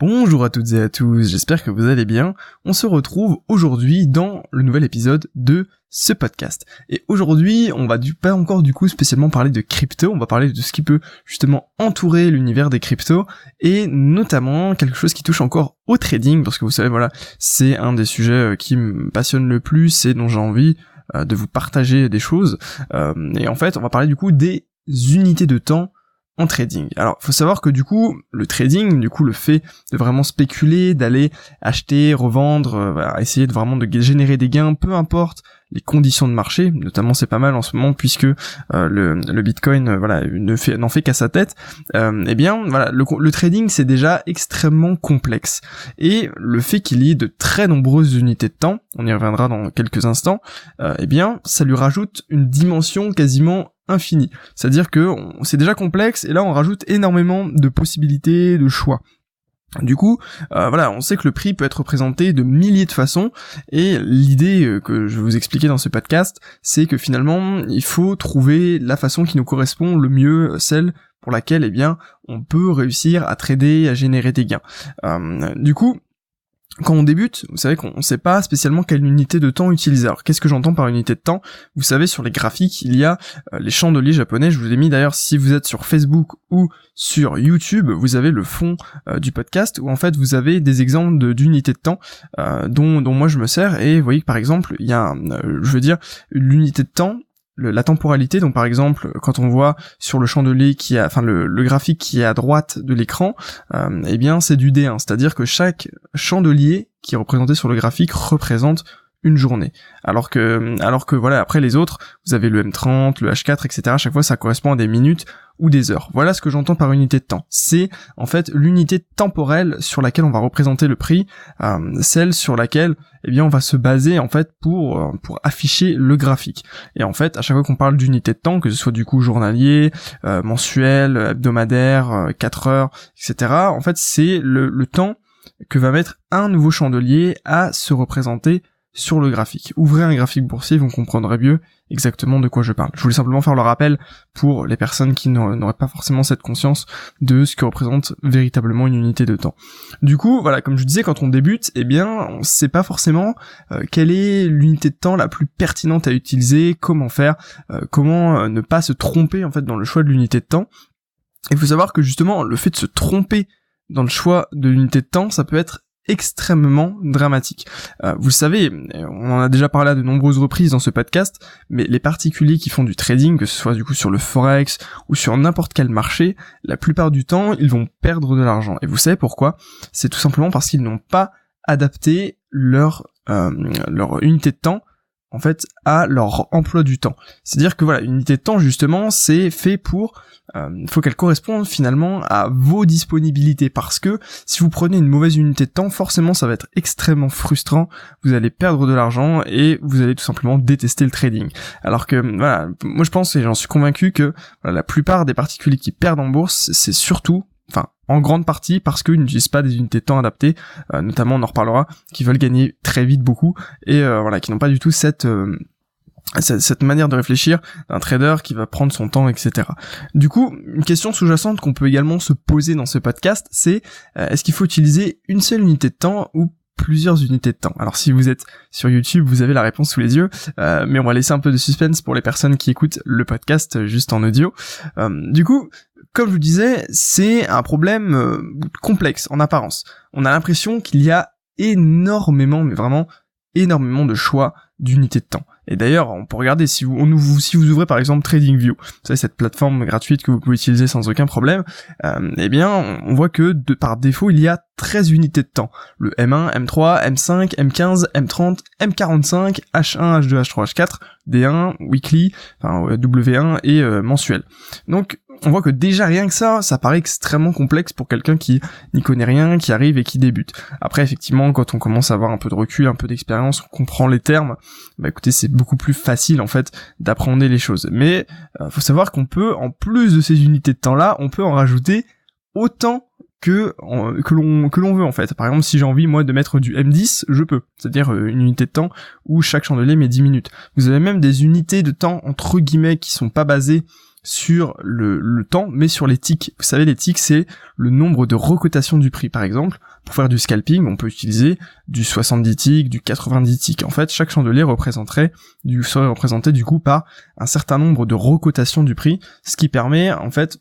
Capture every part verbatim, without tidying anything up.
Bonjour à toutes et à tous, j'espère que vous allez bien. On se retrouve aujourd'hui dans le nouvel épisode de ce podcast. Et aujourd'hui, on va du, pas encore du coup spécialement parler de crypto, on va parler de ce qui peut justement entourer l'univers des cryptos et notamment quelque chose qui touche encore au trading parce que vous savez, voilà, c'est un des sujets qui me passionne le plus et dont j'ai envie euh, de vous partager des choses. Euh, et en fait, on va parler du coup des unités de temps en trading. Alors, faut savoir que du coup, le trading, du coup, le fait de vraiment spéculer, d'aller acheter, revendre, euh, voilà, essayer de vraiment de générer des gains, peu importe les conditions de marché, notamment c'est pas mal en ce moment puisque euh, le, le Bitcoin, euh, voilà, ne fait, n'en fait qu'à sa tête. Euh, eh bien, voilà, le, le trading c'est déjà extrêmement complexe et le fait qu'il y ait de très nombreuses unités de temps, on y reviendra dans quelques instants, euh, eh bien, ça lui rajoute une dimension quasiment infini. C'est-à-dire que on, c'est déjà complexe et là on rajoute énormément de possibilités, de choix. Du coup, euh, voilà, on sait que le prix peut être représenté de milliers de façons et l'idée euh, que je vais vous expliquer dans ce podcast, c'est que finalement, il faut trouver la façon qui nous correspond le mieux, celle pour laquelle, eh bien, on peut réussir à trader, à générer des gains. Euh, du coup, quand on débute, vous savez qu'on ne sait pas spécialement quelle unité de temps utiliser. Alors, qu'est-ce que j'entends par unité de temps ? Vous savez, sur les graphiques, il y a euh, les chandeliers japonais. Je vous ai mis d'ailleurs, si vous êtes sur Facebook ou sur YouTube, vous avez le fond euh, du podcast où en fait vous avez des exemples de, d'unités de temps euh, dont, dont moi je me sers. Et vous voyez que par exemple, il y a, euh, je veux dire, l'unité de temps, Le, la temporalité, donc par exemple quand on voit sur le chandelier qui a, enfin le, le graphique qui est à droite de l'écran, euh, eh bien c'est du D un, c'est-à-dire que chaque chandelier qui est représenté sur le graphique représente une journée. Alors que, alors que voilà, après les autres, vous avez le M trente, le H quatre, et cetera. À chaque fois, ça correspond à des minutes ou des heures. Voilà ce que j'entends par unité de temps. C'est en fait l'unité temporelle sur laquelle on va représenter le prix, euh, celle sur laquelle, eh bien, on va se baser en fait pour euh, pour afficher le graphique. Et en fait, à chaque fois qu'on parle d'unité de temps, que ce soit du coup journalier, euh, mensuel, hebdomadaire, euh, quatre heures, et cetera. En fait, c'est le, le temps que va mettre un nouveau chandelier à se représenter sur le graphique. Ouvrez un graphique boursier, vous comprendrez mieux exactement de quoi je parle. Je voulais simplement faire le rappel pour les personnes qui n'auraient pas forcément cette conscience de ce que représente véritablement une unité de temps. Du coup, voilà, comme je disais, quand on débute, eh bien, on sait pas forcément euh, quelle est l'unité de temps la plus pertinente à utiliser, comment faire, euh, comment euh, ne pas se tromper en fait dans le choix de l'unité de temps. Et il faut savoir que justement, le fait de se tromper dans le choix de l'unité de temps, ça peut être extrêmement dramatique. Euh, vous le savez, on en a déjà parlé à de nombreuses reprises dans ce podcast, mais les particuliers qui font du trading, que ce soit du coup sur le forex ou sur n'importe quel marché, la plupart du temps, ils vont perdre de l'argent. Et vous savez pourquoi ? C'est tout simplement parce qu'ils n'ont pas adapté leur euh, leur unité de temps en fait à leur emploi du temps. C'est-à-dire que voilà, une unité de temps justement, c'est fait pour euh, faut qu'elle corresponde finalement à vos disponibilités, parce que si vous prenez une mauvaise unité de temps, forcément ça va être extrêmement frustrant, vous allez perdre de l'argent et vous allez tout simplement détester le trading. Alors que voilà, moi je pense et j'en suis convaincu que voilà, la plupart des particuliers qui perdent en bourse, c'est surtout, enfin en grande partie parce qu'ils n'utilisent pas des unités de temps adaptées, euh, notamment on en reparlera, qui veulent gagner très vite beaucoup et euh, voilà, qui n'ont pas du tout cette euh, cette manière de réfléchir d'un trader qui va prendre son temps, et cetera. Du coup, une question sous-jacente qu'on peut également se poser dans ce podcast, c'est euh, est-ce qu'il faut utiliser une seule unité de temps ou plusieurs unités de temps ? Alors si vous êtes sur YouTube, vous avez la réponse sous les yeux, euh, mais on va laisser un peu de suspense pour les personnes qui écoutent le podcast juste en audio. Euh, du coup, comme je vous disais, c'est un problème euh, complexe en apparence. On a l'impression qu'il y a énormément, mais vraiment énormément de choix d'unités de temps. Et d'ailleurs, on peut regarder, si vous, on, si vous ouvrez par exemple TradingView, vous savez, cette plateforme gratuite que vous pouvez utiliser sans aucun problème, euh, eh bien, on voit que de, par défaut, il y a treize unités de temps. Le M un, M trois, M cinq, M quinze, M trente, M quarante-cinq, H un, H deux, H trois, H quatre, D un, Weekly, enfin W un et euh, mensuel. Donc, on voit que déjà rien que ça, ça paraît extrêmement complexe pour quelqu'un qui n'y connaît rien, qui arrive et qui débute. Après, effectivement, quand on commence à avoir un peu de recul, un peu d'expérience, on comprend les termes, bah écoutez, c'est beaucoup plus facile en fait d'appréhender les choses. Mais euh, faut savoir qu'on peut, en plus de ces unités de temps-là, on peut en rajouter autant que que l'on que l'on veut en fait. Par exemple, si j'ai envie moi de mettre du M dix, je peux. C'est-à-dire euh, une unité de temps où chaque chandelier met dix minutes. Vous avez même des unités de temps entre guillemets qui sont pas basées sur le, le temps, mais sur les ticks. Vous savez, les ticks, c'est le nombre de recotations du prix. Par exemple, pour faire du scalping, on peut utiliser du soixante-dix ticks, du quatre-vingt-dix ticks. En fait, chaque chandelier représenterait, du, serait représenté du coup par un certain nombre de recotations du prix, ce qui permet, en fait,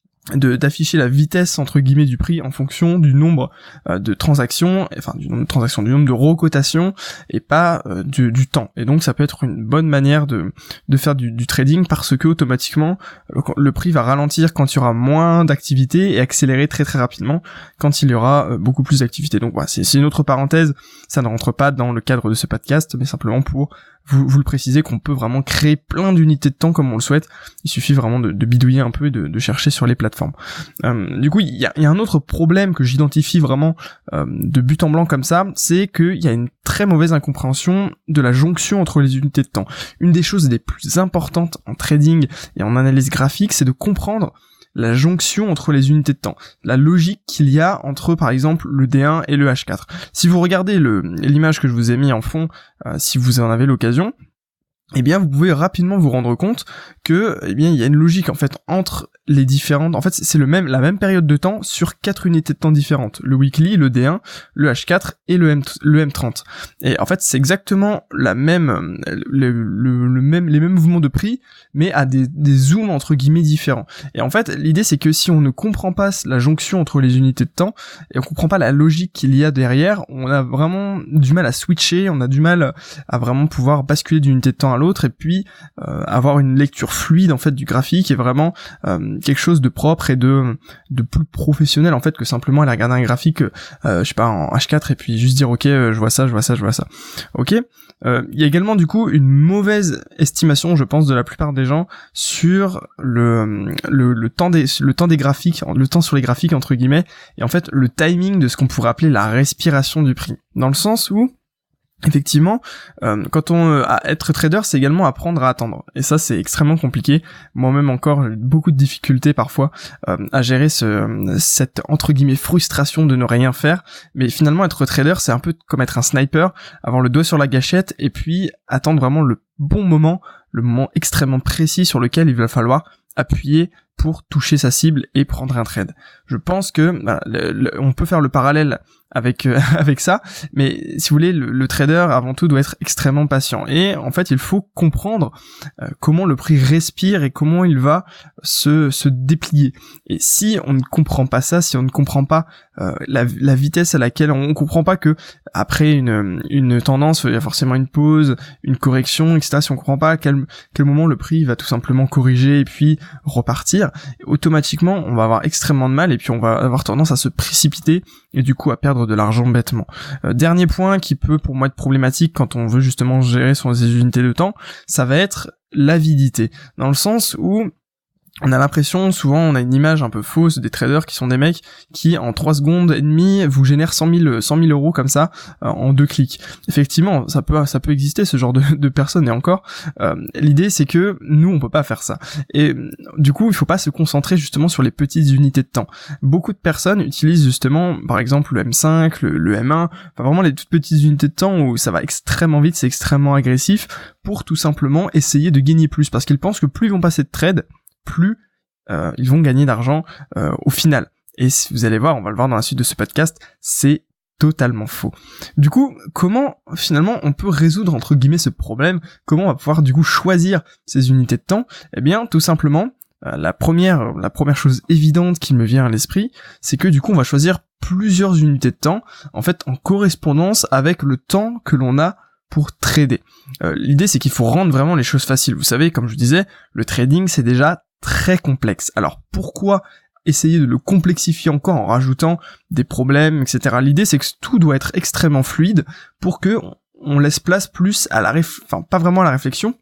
de d'afficher la vitesse entre guillemets du prix en fonction du nombre euh, de transactions, enfin du nombre de transactions, du nombre de recotations et pas euh, du, du temps. Et donc ça peut être une bonne manière de de faire du, du trading parce que automatiquement le, le prix va ralentir quand il y aura moins d'activité et accélérer très très rapidement quand il y aura euh, beaucoup plus d'activité. Donc voilà, c'est, c'est une autre parenthèse, ça ne rentre pas dans le cadre de ce podcast, mais simplement pour Vous, vous le précisez qu'on peut vraiment créer plein d'unités de temps comme on le souhaite. Il suffit vraiment de, de bidouiller un peu et de, de chercher sur les plateformes. Euh, du coup, il y a, y a un autre problème que j'identifie vraiment euh, de but en blanc comme ça, c'est qu'il y a une très mauvaise incompréhension de la jonction entre les unités de temps. Une des choses les plus importantes en trading et en analyse graphique, c'est de comprendre la jonction entre les unités de temps, la logique qu'il y a entre par exemple le D un et le H quatre. Si vous regardez le, l'image que je vous ai mis en fond, euh, si vous en avez l'occasion, eh bien vous pouvez rapidement vous rendre compte que eh bien il y a une logique en fait entre les différentes, en fait c'est le même la même période de temps sur quatre unités de temps différentes, le weekly, le D un, le H quatre et le M le M trente. Et en fait c'est exactement la même le, le, le même les mêmes mouvements de prix mais à des des zooms entre guillemets différents. Et en fait l'idée c'est que si on ne comprend pas la jonction entre les unités de temps et on comprend pas la logique qu'il y a derrière, on a vraiment du mal à switcher, on a du mal à vraiment pouvoir basculer d'une unité de temps à l'autre et puis euh, avoir une lecture fluide en fait du graphique et vraiment euh, quelque chose de propre et de de plus professionnel en fait que simplement aller regarder un graphique euh, je sais pas en H quatre et puis juste dire ok euh, je vois ça je vois ça je vois ça ok. Euh, il y a également du coup une mauvaise estimation je pense de la plupart des gens sur le le, le temps des le temps des graphiques, le temps sur les graphiques entre guillemets, et en fait le timing de ce qu'on pourrait appeler la respiration du prix, dans le sens où effectivement, euh, quand on euh, à être trader, c'est également apprendre à attendre. Et ça, c'est extrêmement compliqué. Moi-même encore, j'ai beaucoup de difficultés parfois euh, à gérer ce, cette entre guillemets frustration de ne rien faire. Mais finalement, être trader, c'est un peu comme être un sniper, avoir le doigt sur la gâchette et puis attendre vraiment le bon moment, le moment extrêmement précis sur lequel il va falloir appuyer pour toucher sa cible et prendre un trade. Je pense que bah, le, le, on peut faire le parallèle avec euh, avec ça, mais si vous voulez, le, le trader avant tout doit être extrêmement patient. Et en fait, il faut comprendre euh, comment le prix respire et comment il va se se déplier. Et si on ne comprend pas ça, si on ne comprend pas euh, la, la vitesse à laquelle on, on comprend pas que après une une tendance, il y a forcément une pause, une correction, et cetera. Si on comprend pas à quel quel moment le prix va tout simplement corriger et puis repartir, automatiquement on va avoir extrêmement de mal et puis on va avoir tendance à se précipiter et du coup à perdre de l'argent bêtement. Euh, dernier point qui peut pour moi être problématique quand on veut justement gérer son ses unités de temps, ça va être l'avidité, dans le sens où on a l'impression, souvent on a une image un peu fausse des traders qui sont des mecs qui en trois secondes et demie vous génèrent cent mille euros comme ça euh, en deux clics. Effectivement, ça peut ça peut exister ce genre de, de personnes et encore euh, l'idée c'est que nous on peut pas faire ça. Et du coup, il faut pas se concentrer justement sur les petites unités de temps. Beaucoup de personnes utilisent justement par exemple le M cinq, le, le M un, enfin vraiment les toutes petites unités de temps où ça va extrêmement vite, c'est extrêmement agressif pour tout simplement essayer de gagner plus parce qu'ils pensent que plus ils vont passer de trades, plus euh, ils vont gagner d'argent euh, au final. Et si vous allez voir, on va le voir dans la suite de ce podcast, c'est totalement faux. Du coup, comment finalement on peut résoudre entre guillemets ce problème? Comment on va pouvoir du coup choisir ces unités de temps? Eh bien, tout simplement, euh, la première la première chose évidente qui me vient à l'esprit, c'est que du coup on va choisir plusieurs unités de temps, en fait en correspondance avec le temps que l'on a pour trader. Euh, l'idée c'est qu'il faut rendre vraiment les choses faciles. Vous savez, comme je vous disais, le trading c'est déjà très complexe. Alors pourquoi essayer de le complexifier encore en rajoutant des problèmes, et cetera. L'idée c'est que tout doit être extrêmement fluide pour que on laisse place plus à la réf... enfin pas vraiment à la réflexion,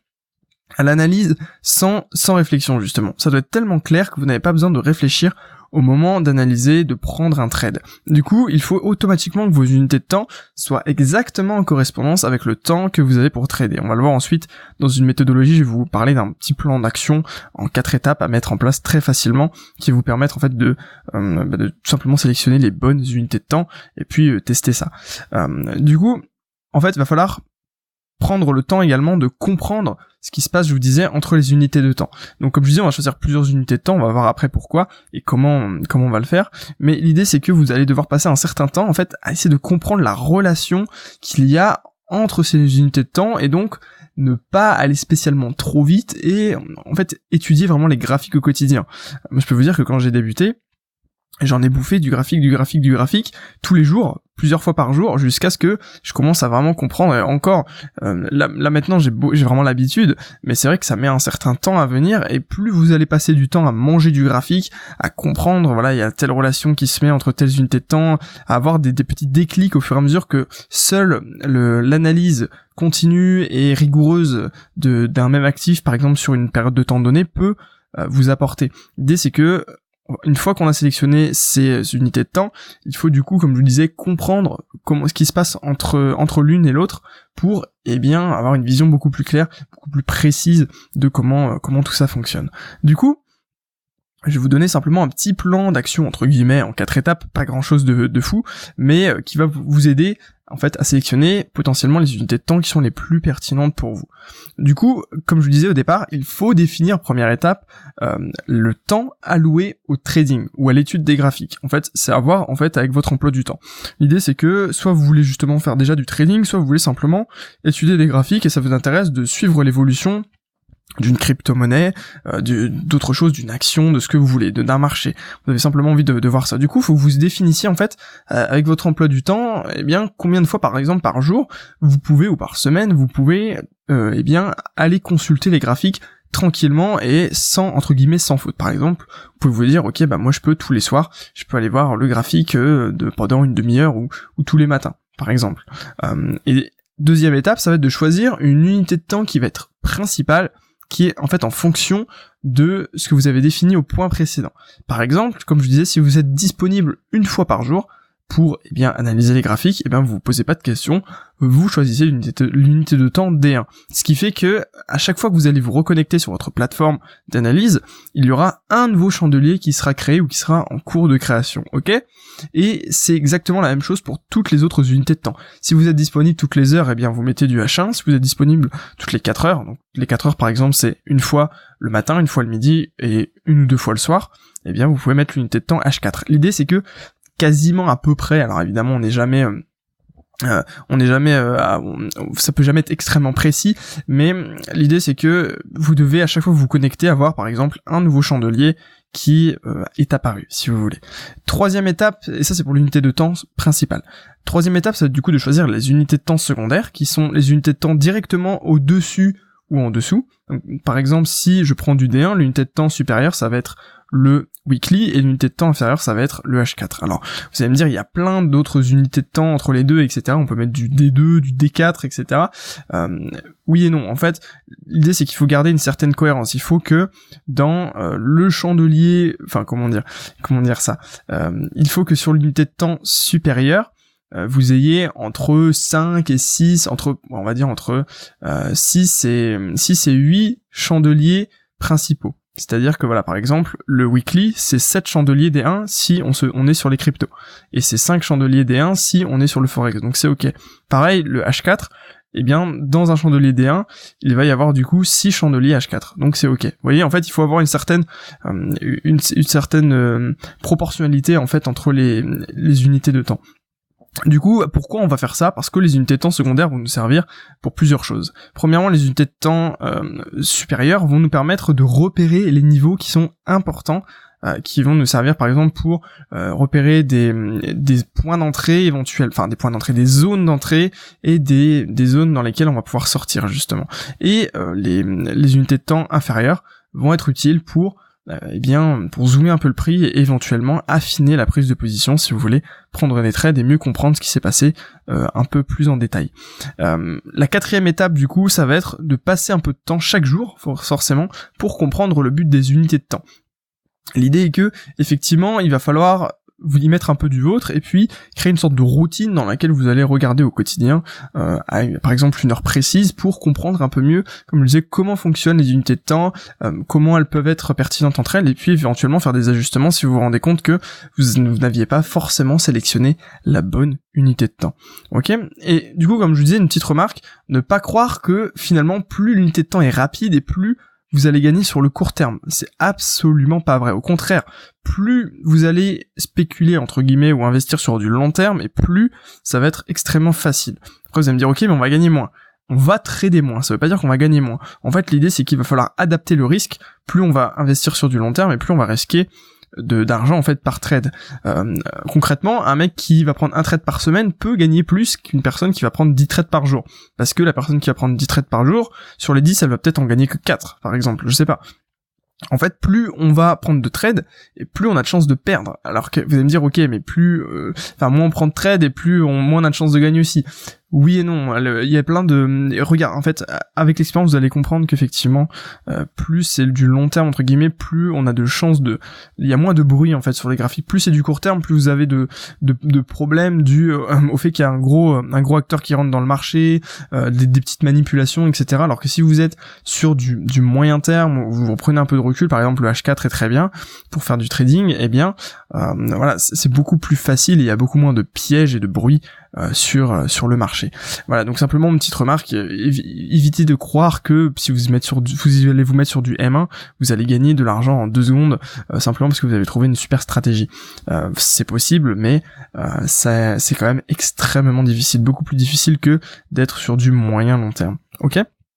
à l'analyse sans sans réflexion justement. Ça doit être tellement clair que vous n'avez pas besoin de réfléchir au moment d'analyser, de prendre un trade. Du coup, il faut automatiquement que vos unités de temps soient exactement en correspondance avec le temps que vous avez pour trader. On va le voir ensuite dans une méthodologie, je vais vous parler d'un petit plan d'action en quatre étapes à mettre en place très facilement qui vous permettre en fait de, euh, de tout simplement sélectionner les bonnes unités de temps et puis euh, tester ça. Euh, du coup, en fait, il va falloir prendre le temps également de comprendre ce qui se passe, je vous disais, entre les unités de temps. Donc comme je disais, on va choisir plusieurs unités de temps, on va voir après pourquoi et comment comment on va le faire, mais l'idée c'est que vous allez devoir passer un certain temps en fait à essayer de comprendre la relation qu'il y a entre ces unités de temps et donc ne pas aller spécialement trop vite et en fait étudier vraiment les graphiques au quotidien. Moi je peux vous dire que quand j'ai débuté, j'en ai bouffé du graphique, du graphique, du graphique, tous les jours, plusieurs fois par jour, jusqu'à ce que je commence à vraiment comprendre. Et encore, euh, là, là maintenant j'ai, beau, j'ai vraiment l'habitude, mais c'est vrai que ça met un certain temps à venir, et plus vous allez passer du temps à manger du graphique, à comprendre, voilà, il y a telle relation qui se met entre telles unités de temps, à avoir des, des petits déclics au fur et à mesure que seule le, l'analyse continue et rigoureuse de, d'un même actif, par exemple sur une période de temps donnée, peut euh, vous apporter. L'idée c'est que une fois qu'on a sélectionné ces unités de temps, il faut du coup, comme je vous disais, comprendre comment ce qui se passe entre entre l'une et l'autre pour, eh bien, avoir une vision beaucoup plus claire, beaucoup plus précise de comment comment tout ça fonctionne. Du coup, je vais vous donner simplement un petit plan d'action entre guillemets en quatre étapes, pas grand chose de, de fou, mais euh, qui va vous aider en fait à sélectionner potentiellement les unités de temps qui sont les plus pertinentes pour vous. Du coup, comme je vous disais au départ, il faut définir première étape euh, le temps alloué au trading ou à l'étude des graphiques. En fait, c'est à voir en fait avec votre emploi du temps. L'idée c'est que soit vous voulez justement faire déjà du trading, soit vous voulez simplement étudier des graphiques et ça vous intéresse de suivre l'évolution d'une crypto-monnaie, euh, du, d'autres choses, d'une action, de ce que vous voulez, de, d'un marché. Vous avez simplement envie de, de voir ça. Du coup, il faut que vous définissiez en fait, euh, avec votre emploi du temps, eh bien, combien de fois par exemple par jour, vous pouvez, ou par semaine, vous pouvez, euh, eh bien, aller consulter les graphiques tranquillement et sans, entre guillemets, sans faute. Par exemple, vous pouvez vous dire, ok, bah moi je peux tous les soirs, je peux aller voir le graphique euh, de pendant une demi-heure ou, ou tous les matins, par exemple. Euh, et deuxième étape, ça va être de choisir une unité de temps qui va être principale, qui est en fait en fonction de ce que vous avez défini au point précédent. Par exemple, comme je disais, si vous êtes disponible une fois par jour pour eh bien analyser les graphiques, eh bien vous vous posez pas de questions, vous choisissez l'unité de, l'unité de temps D un. Ce qui fait que à chaque fois que vous allez vous reconnecter sur votre plateforme d'analyse, il y aura un nouveau chandelier qui sera créé ou qui sera en cours de création, ok ? Et c'est exactement la même chose pour toutes les autres unités de temps. Si vous êtes disponible toutes les heures, eh bien vous mettez du H un. Si vous êtes disponible toutes les quatre heures, donc les quatre heures par exemple c'est une fois le matin, une fois le midi et une ou deux fois le soir, eh bien vous pouvez mettre l'unité de temps H quatre. L'idée c'est que quasiment à peu près, alors évidemment on n'est jamais... Euh, Euh, on n'est jamais, euh, à, on, ça peut jamais être extrêmement précis, mais l'idée c'est que vous devez à chaque fois que vous vous connectez avoir par exemple un nouveau chandelier qui euh, est apparu, si vous voulez. Troisième étape, et ça c'est pour l'unité de temps principale. Troisième étape, ça va être du coup de choisir les unités de temps secondaires, qui sont les unités de temps directement au-dessus ou en dessous. Donc, par exemple, si je prends du D un, l'unité de temps supérieure, ça va être le weekly, et l'unité de temps inférieure, ça va être le H quatre. Alors, vous allez me dire, il y a plein d'autres unités de temps entre les deux, et cetera. On peut mettre du D deux, du D quatre, et cetera. Euh, oui et non. En fait, l'idée, c'est qu'il faut garder une certaine cohérence. Il faut que dans euh, le chandelier, enfin, comment dire, comment dire ça, euh, il faut que sur l'unité de temps supérieure, euh, vous ayez entre cinq et six, entre, on va dire entre euh, six et six et huit chandeliers principaux. C'est-à-dire que voilà, par exemple, le weekly, c'est sept chandeliers D un si on se, on est sur les cryptos. Et c'est cinq chandeliers D un si on est sur le forex. Donc c'est ok. Pareil, le H quatre, eh bien, dans un chandelier D un, il va y avoir du coup six chandeliers H quatre. Donc c'est ok. Vous voyez, en fait, il faut avoir une certaine, euh, une, une certaine euh, proportionnalité, en fait, entre les, les unités de temps. Du coup, pourquoi on va faire ça ? Parce que les unités de temps secondaires vont nous servir pour plusieurs choses. Premièrement, les unités de temps euh, supérieures vont nous permettre de repérer les niveaux qui sont importants, euh, qui vont nous servir par exemple pour euh, repérer des, des points d'entrée éventuels, enfin des points d'entrée, des zones d'entrée et des, des zones dans lesquelles on va pouvoir sortir justement. Et euh, les, les unités de temps inférieures vont être utiles pour Euh, eh bien, pour zoomer un peu le prix et éventuellement affiner la prise de position si vous voulez prendre des trades et mieux comprendre ce qui s'est passé euh, un peu plus en détail. Euh, la quatrième étape du coup, ça va être de passer un peu de temps chaque jour, forcément, pour comprendre le but des unités de temps. L'idée est que, effectivement, il va falloir vous y mettre un peu du vôtre et puis créer une sorte de routine dans laquelle vous allez regarder au quotidien, euh, à, par exemple une heure précise pour comprendre un peu mieux, comme je le disais, comment fonctionnent les unités de temps, euh, comment elles peuvent être pertinentes entre elles et puis éventuellement faire des ajustements si vous vous rendez compte que vous, vous n'aviez pas forcément sélectionné la bonne unité de temps. Ok ? Et du coup, comme je vous disais, une petite remarque, ne pas croire que finalement plus l'unité de temps est rapide et plus vous allez gagner sur le court terme. C'est absolument pas vrai. Au contraire, plus vous allez spéculer, entre guillemets, ou investir sur du long terme, et plus ça va être extrêmement facile. Après, vous allez me dire, ok, mais on va gagner moins. On va trader moins. Ça veut pas dire qu'on va gagner moins. En fait, l'idée, c'est qu'il va falloir adapter le risque. Plus on va investir sur du long terme, et plus on va risquer de d'argent en fait par trade. Euh, concrètement, un mec qui va prendre un trade par semaine peut gagner plus qu'une personne qui va prendre dix trades par jour. Parce que la personne qui va prendre dix trades par jour, sur les dix, elle va peut-être en gagner que quatre, par exemple, je sais pas. En fait, plus on va prendre de trades, et plus on a de chances de perdre. Alors que vous allez me dire, ok, mais plus, euh, enfin, moins on prend de trades, et plus on, moins on a de chances de gagner aussi. Oui et non, il y a plein de... Regarde, en fait, avec l'expérience, vous allez comprendre qu'effectivement, euh, plus c'est du long terme, entre guillemets, plus on a de chances de... Il y a moins de bruit, en fait, sur les graphiques. Plus c'est du court terme, plus vous avez de de, de problèmes dus euh, au fait qu'il y a un gros un gros acteur qui rentre dans le marché, euh, des, des petites manipulations, et cetera. Alors que si vous êtes sur du, du moyen terme, vous, vous prenez un peu de recul, par exemple, le H quatre est très bien pour faire du trading, eh bien, euh, voilà, c'est beaucoup plus facile et il y a beaucoup moins de pièges et de bruit Euh, sur euh, sur le marché. Voilà, donc simplement une petite remarque, évi- évitez de croire que si vous mettez sur du, vous allez vous mettre sur du M un, vous allez gagner de l'argent en deux secondes euh, simplement parce que vous avez trouvé une super stratégie. Euh, c'est possible, mais euh, ça, c'est quand même extrêmement difficile, beaucoup plus difficile que d'être sur du moyen long terme. Ok ?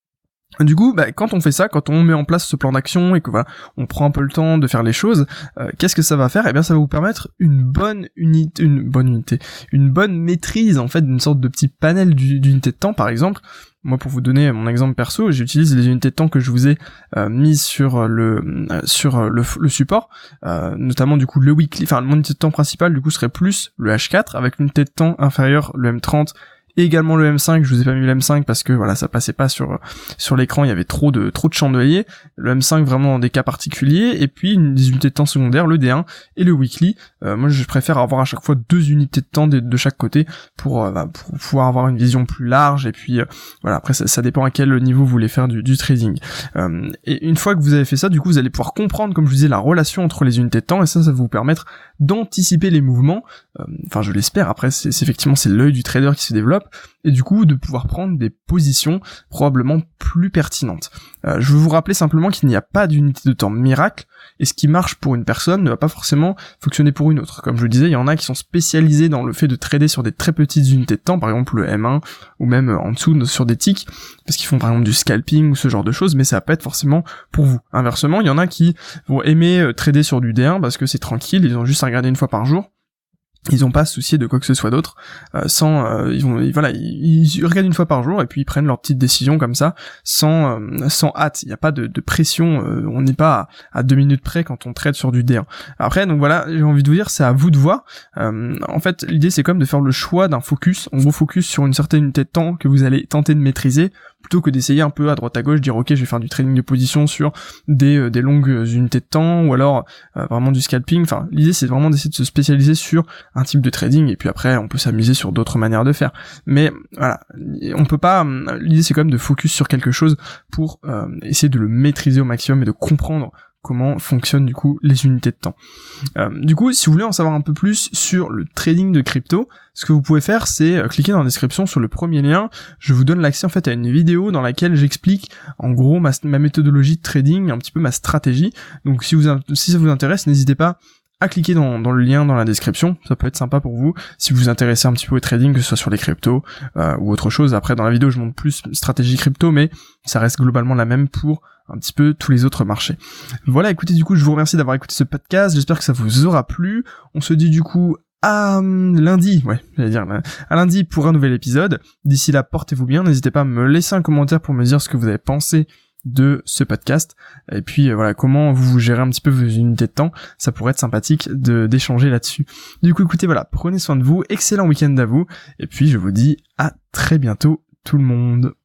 Du coup, bah, quand on fait ça, quand on met en place ce plan d'action et que voilà, on prend un peu le temps de faire les choses, euh, qu'est-ce que ça va faire ? Eh bien, ça va vous permettre une bonne unité, une bonne unité, une bonne maîtrise en fait d'une sorte de petit panel d'unités de temps, par exemple. Moi, pour vous donner mon exemple perso, j'utilise les unités de temps que je vous ai euh, mises sur le euh, sur le, le support, euh, notamment du coup le weekly. Enfin, mon unité de temps principale du coup serait plus le H quatre avec l'unité de temps inférieure le M trente. Et également le M cinq, je vous ai pas mis le M cinq parce que voilà, ça passait pas sur sur l'écran, il y avait trop de trop de chandeliers. Le M cinq vraiment dans des cas particuliers, et puis une des unités de temps secondaires, le D un et le weekly. Euh, moi je préfère avoir à chaque fois deux unités de temps de, de chaque côté pour, euh, bah, pour pouvoir avoir une vision plus large, et puis euh, voilà, après ça, ça dépend à quel niveau vous voulez faire du, du trading. Euh, et une fois que vous avez fait ça, du coup vous allez pouvoir comprendre, comme je vous disais, la relation entre les unités de temps, et ça, ça va vous permettre d'anticiper les mouvements, euh, enfin je l'espère, après c'est, c'est effectivement c'est l'œil du trader qui se développe, et du coup de pouvoir prendre des positions probablement plus pertinentes. Euh, je veux vous rappeler simplement qu'il n'y a pas d'unité de temps miracle, et ce qui marche pour une personne ne va pas forcément fonctionner pour une autre. Comme je le disais, il y en a qui sont spécialisés dans le fait de trader sur des très petites unités de temps, par exemple le M un, ou même en dessous sur des ticks, parce qu'ils font par exemple du scalping ou ce genre de choses, mais ça va pas être forcément pour vous. Inversement, il y en a qui vont aimer trader sur du D un parce que c'est tranquille, ils ont juste à regarder une fois par jour. Ils ont pas à se soucier de quoi que ce soit d'autre, euh, sans, euh, ils vont, ils, voilà, ils, ils regardent une fois par jour et puis ils prennent leurs petites décisions comme ça, sans, euh, sans hâte. Il n'y a pas de, de pression, euh, on n'est pas à, à deux minutes près quand on trade sur du D un. Après, donc voilà, j'ai envie de vous dire, c'est à vous de voir. Euh, en fait, l'idée c'est quand même de faire le choix d'un focus, en gros focus sur une certaine unité de temps que vous allez tenter de maîtriser, plutôt que d'essayer un peu à droite à gauche, dire ok, je vais faire du trading de position sur des, euh, des longues unités de temps, ou alors euh, vraiment du scalping. Enfin, l'idée c'est vraiment d'essayer de se spécialiser sur un type de trading, et puis après on peut s'amuser sur d'autres manières de faire. Mais voilà, on peut pas, l'idée c'est quand même de focus sur quelque chose pour euh, essayer de le maîtriser au maximum et de comprendre comment fonctionnent du coup les unités de temps. Euh, du coup, si vous voulez en savoir un peu plus sur le trading de crypto, ce que vous pouvez faire, c'est euh, cliquer dans la description sur le premier lien. Je vous donne l'accès en fait à une vidéo dans laquelle j'explique en gros ma, ma méthodologie de trading, un petit peu ma stratégie. Donc si vous si ça vous intéresse, n'hésitez pas à cliquer dans, dans le lien dans la description, ça peut être sympa pour vous, si vous vous intéressez un petit peu au trading, que ce soit sur les cryptos, euh, ou autre chose. Après, dans la vidéo, je montre plus stratégie crypto, mais ça reste globalement la même pour un petit peu tous les autres marchés. Voilà, écoutez, du coup, je vous remercie d'avoir écouté ce podcast, j'espère que ça vous aura plu. On se dit du coup à lundi, ouais, j'allais dire, à lundi pour un nouvel épisode. D'ici là, portez-vous bien, n'hésitez pas à me laisser un commentaire pour me dire ce que vous avez pensé de ce podcast, et puis euh, voilà, comment vous, vous gérez un petit peu vos unités de temps, ça pourrait être sympathique de d'échanger là-dessus. Du coup, écoutez, voilà, prenez soin de vous, excellent week-end à vous, et puis je vous dis à très bientôt tout le monde.